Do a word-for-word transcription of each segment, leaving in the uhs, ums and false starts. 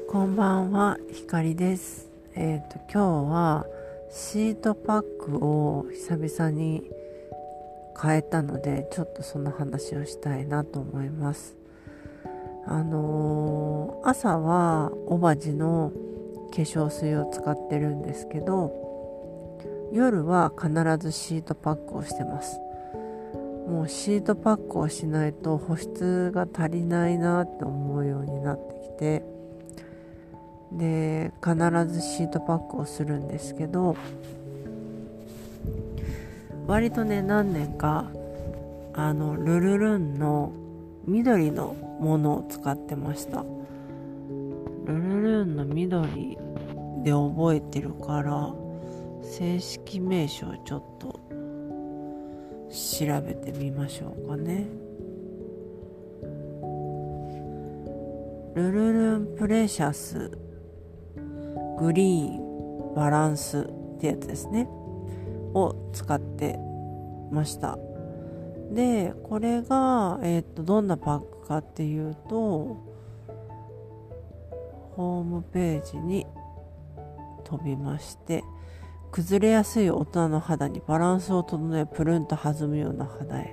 こんばんは、ひかりです。えっ、と今日はシートパックを久々に変えたので、ちょっとその話をしたいなと思います。あのー、朝はオバジの化粧水を使ってるんですけど、夜は必ずシートパックをしてます。もうシートパックをしないと保湿が足りないなって思うようになってきて、で必ずシートパックをするんですけど、割とね何年かあのルルルンの緑のものを使ってました。ルルルンの緑で覚えてるから正式名称をちょっと調べてみましょうかね。ルルルンプレシャスグリーンバランスってやつですねを使ってました。でこれが、えー、とどんなパックかっていうと、ホームページに飛びまして、崩れやすい大人の肌にバランスを整えプルンと弾むような肌へ。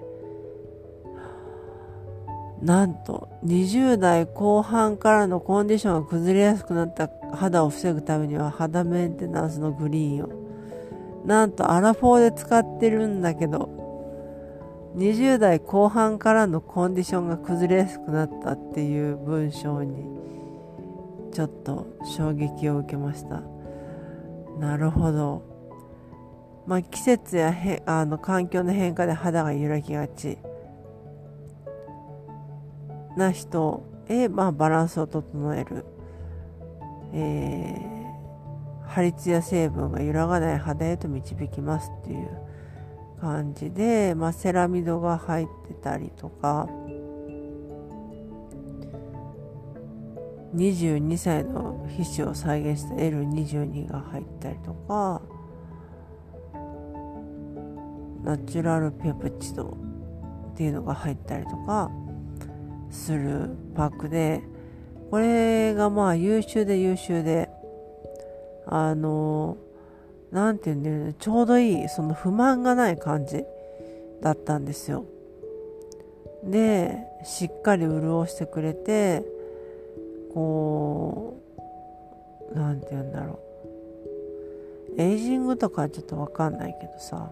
なんとにじゅう代後半からのコンディションが崩れやすくなった肌を防ぐためには肌メンテナンスのグリーンをなんとアラフォーで使ってるんだけど、にじゅう代後半からのコンディションが崩れやすくなったっていう文章にちょっと衝撃を受けました。なるほど。まあ季節やへあの環境の変化で肌が揺らぎがちな人へ、まあ、バランスを整える、えー、ハリツヤ成分が揺らがない肌へと導きますっていう感じで、まあ、セラミドが入ってたりとか、にじゅうにさいの皮脂を再現した エルにじゅうに が入ったりとか、ナチュラルペプチドっていうのが入ったりとかするパックで、これがまあ優秀で優秀で、あのなんていうんだよね、ちょうどいい、その不満がない感じだったんですよ。でしっかり潤してくれて、こうなんていうんだろう、エイジングとかはちょっと分かんないけどさ、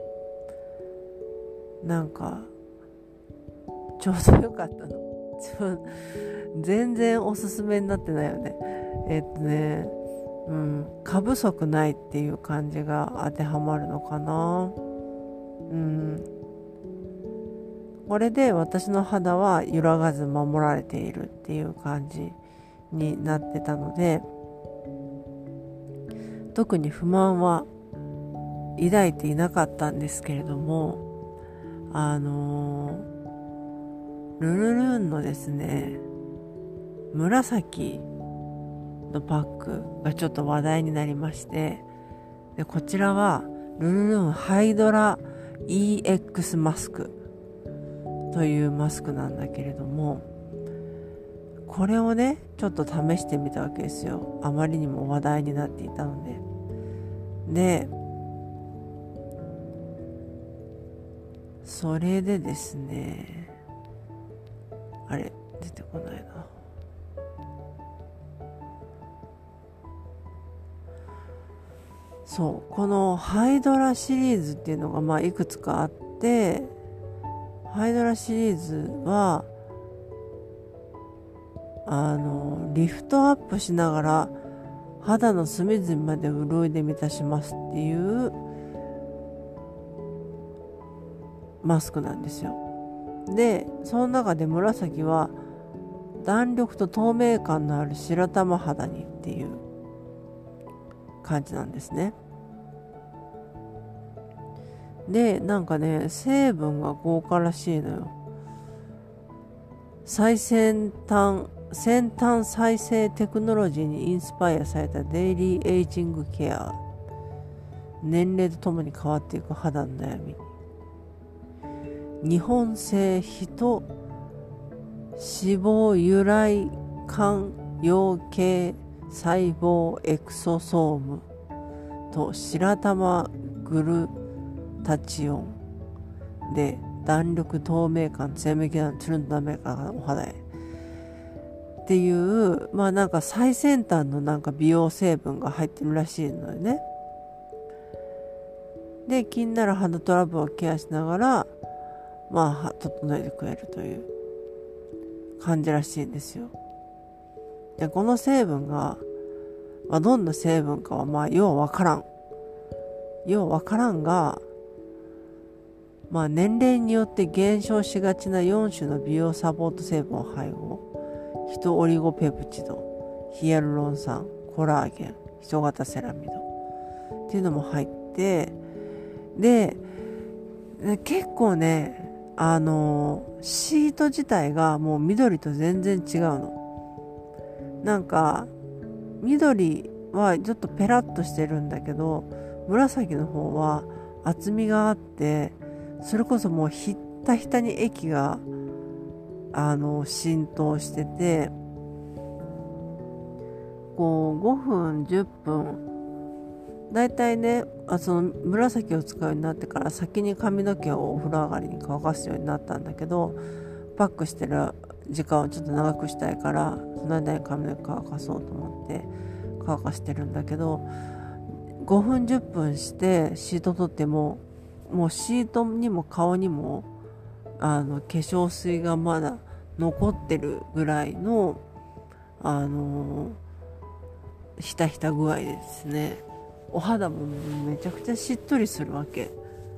なんかちょうどよかったの。全然おすすめになってないよね。えっとね、うん、過不足ないっていう感じが当てはまるのかな。うん、これで私の肌は揺らがず守られているっていう感じになってたので、特に不満は抱いていなかったんですけれども、あのールルルンのですね、紫のパックがちょっと話題になりまして、でこちらはルルルンハイドラ イーエックス マスクというマスクなんだけれども、これをねちょっと試してみたわけですよ。あまりにも話題になっていたので。でそれでですね、あれ出てこないな。そうこのハイドラシリーズっていうのがまあいくつかあって、ハイドラシリーズはあのリフトアップしながら肌の隅々まで潤いで満たしますっていうマスクなんですよ。でその中で紫は弾力と透明感のある白玉肌にっていう感じなんですね。でなんかね成分が豪華らしいのよ。最先端先端再生テクノロジーにインスパイアされたデイリーエイジングケア、年齢とともに変わっていく肌の悩み、日本製人脂肪由来環葉系細胞エクソソームと白玉グルタチオンで弾力透明感強め気なつるんと滑らかなお肌へっていう、まあなんか最先端のなんか美容成分が入ってるらしいのよね。で、気になる肌トラブルをケアしながらまあ整えてくれるという感じらしいんですよ。で、この成分が、まあ、どんな成分かはまあようわからんようわからんが、まあ年齢によって減少しがちなよん種の美容サポート成分を配合。ヒトオリゴペプチド、ヒアルロン酸、コラーゲン、ヒト型セラミドっていうのも入って、で結構ね、あのシート自体がもう緑と全然違うの。なんか緑はちょっとペラッとしてるんだけど、紫の方は厚みがあって、それこそもうひったひたに液があの浸透してて、こうごふんじゅっぷんだいたいね、あその紫を使うようになってから先に髪の毛をお風呂上がりに乾かすようになったんだけど、パックしてる時間をちょっと長くしたいから、その間に髪の毛乾かそうと思って乾かしてるんだけど、ごふんじゅっぷんしてシート取っても、もうシートにも顔にもあの化粧水がまだ残ってるぐらいのあのひたひた具合でですね、お肌もめちゃくちゃしっとりするわけ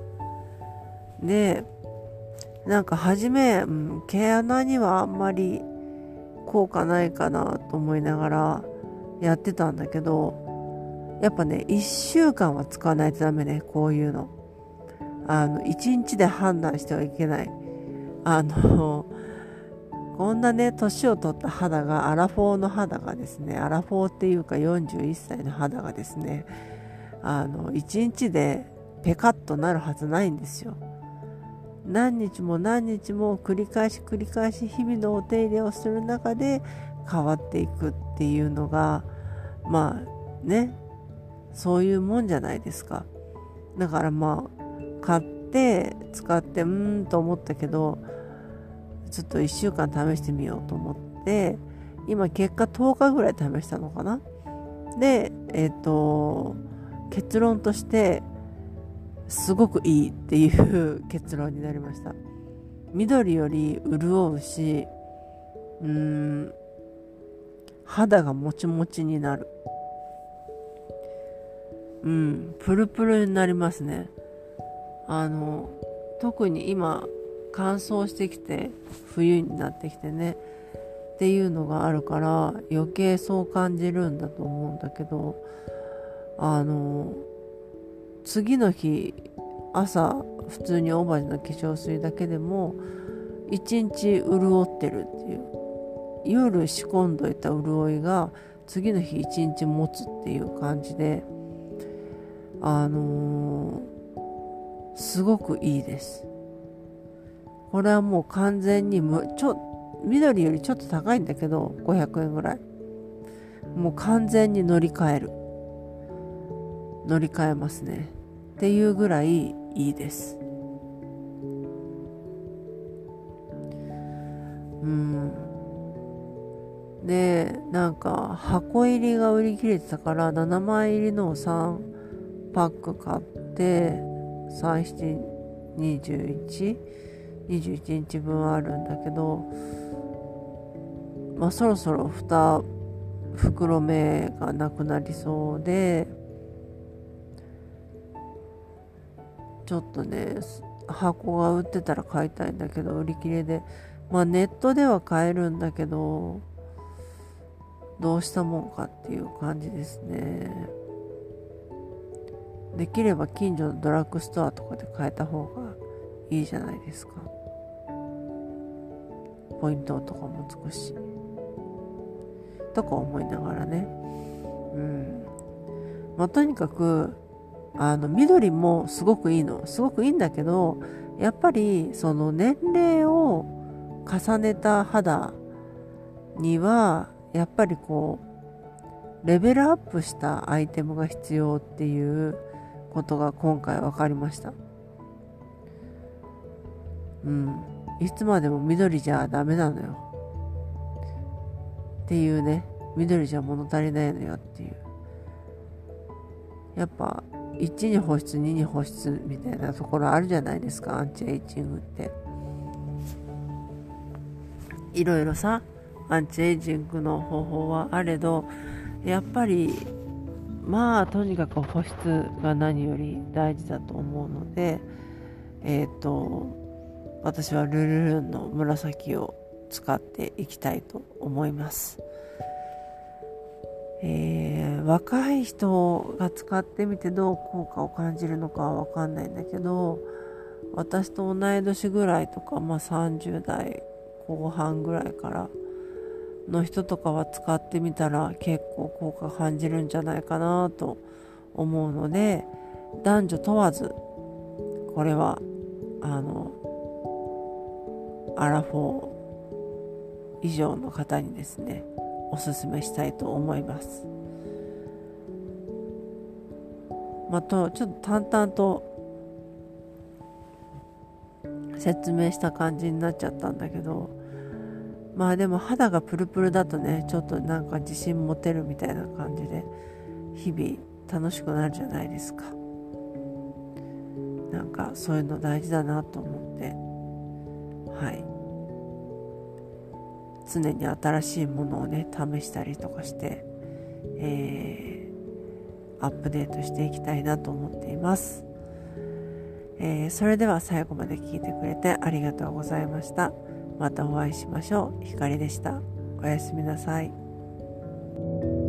で、なんか初め、うん、毛穴にはあんまり効果ないかなと思いながらやってたんだけど、やっぱねいっしゅうかんは使わないとダメね。こういうのあのいちにちで判断してはいけない。あのこんなね年を取った肌が、アラフォーの肌がですね、アラフォーっていうかよんじゅういっさいの肌がですね、あのいちにちでペカッとなるはずないんですよ。何日も何日も繰り返し繰り返し日々のお手入れをする中で変わっていくっていうのが、まあね、そういうもんじゃないですか。だからまあ買って使ってうーんと思ったけど、ちょっといっしゅうかん試してみようと思って、今結果とおかぐらい試したのかな。でえっと結論としてすごくいいっていう結論になりました。緑より潤うし、うーん肌がもちもちになる。うん、プルプルになりますね。あの特に今乾燥してきて冬になってきてねっていうのがあるから、余計そう感じるんだと思うんだけど、あの次の日朝普通にオーバージの化粧水だけでも一日潤ってるっていう、夜仕込んどいた潤いが次の日一日持つっていう感じで、あのー、すごくいいです。これはもう完全にむちょ緑よりちょっと高いんだけどごひゃくえんぐらい、もう完全に乗り換える乗り換えますねっていうぐらいいいです。うんで、なんか箱入りが売り切れてたからななまい入りのをさんパック買って、さん、なな、にじゅういち、にじゅういちにちぶんあるんだけど、まあそろそろに袋目がなくなりそうで、ちょっとね箱が売ってたら買いたいんだけど売り切れで、まあネットでは買えるんだけどどうしたもんかっていう感じですね。できれば近所のドラッグストアとかで買えた方がいいじゃないですか。ポイントとかもつくしとか思いながらね、うんまあとにかくあの緑もすごくいいのすごくいいんだけど、やっぱりその年齢を重ねた肌にはやっぱりこうレベルアップしたアイテムが必要っていうことが今回分かりました。うん、いつまでも緑じゃダメなのよっていうね、緑じゃ物足りないのよっていう、やっぱいちに保湿にに保湿みたいなところあるじゃないですか、アンチエイジングって。いろいろさアンチエイジングの方法はあれど、やっぱりまあとにかく保湿が何より大事だと思うので、えっと私はルルルンの紫を使っていきたいと思います。えー、若い人が使ってみてどう効果を感じるのかは分かんないんだけど、私と同い年ぐらいとか、まあ、さんじゅう代後半ぐらいからの人とかは使ってみたら結構効果感じるんじゃないかなと思うので、男女問わずこれはあのアラフォー以上の方にですねおすすめしたいと思います。またちょっと淡々と説明した感じになっちゃったんだけど、まあでも肌がプルプルだとね、ちょっとなんか自信持てるみたいな感じで日々楽しくなるじゃないですか。なんかそういうの大事だなと思って、はい、常に新しいものをね試したりとかして、えー、アップデートしていきたいなと思っています。えー、それでは最後まで聞いてくれてありがとうございました。またお会いしましょう。ひかりでした。おやすみなさい。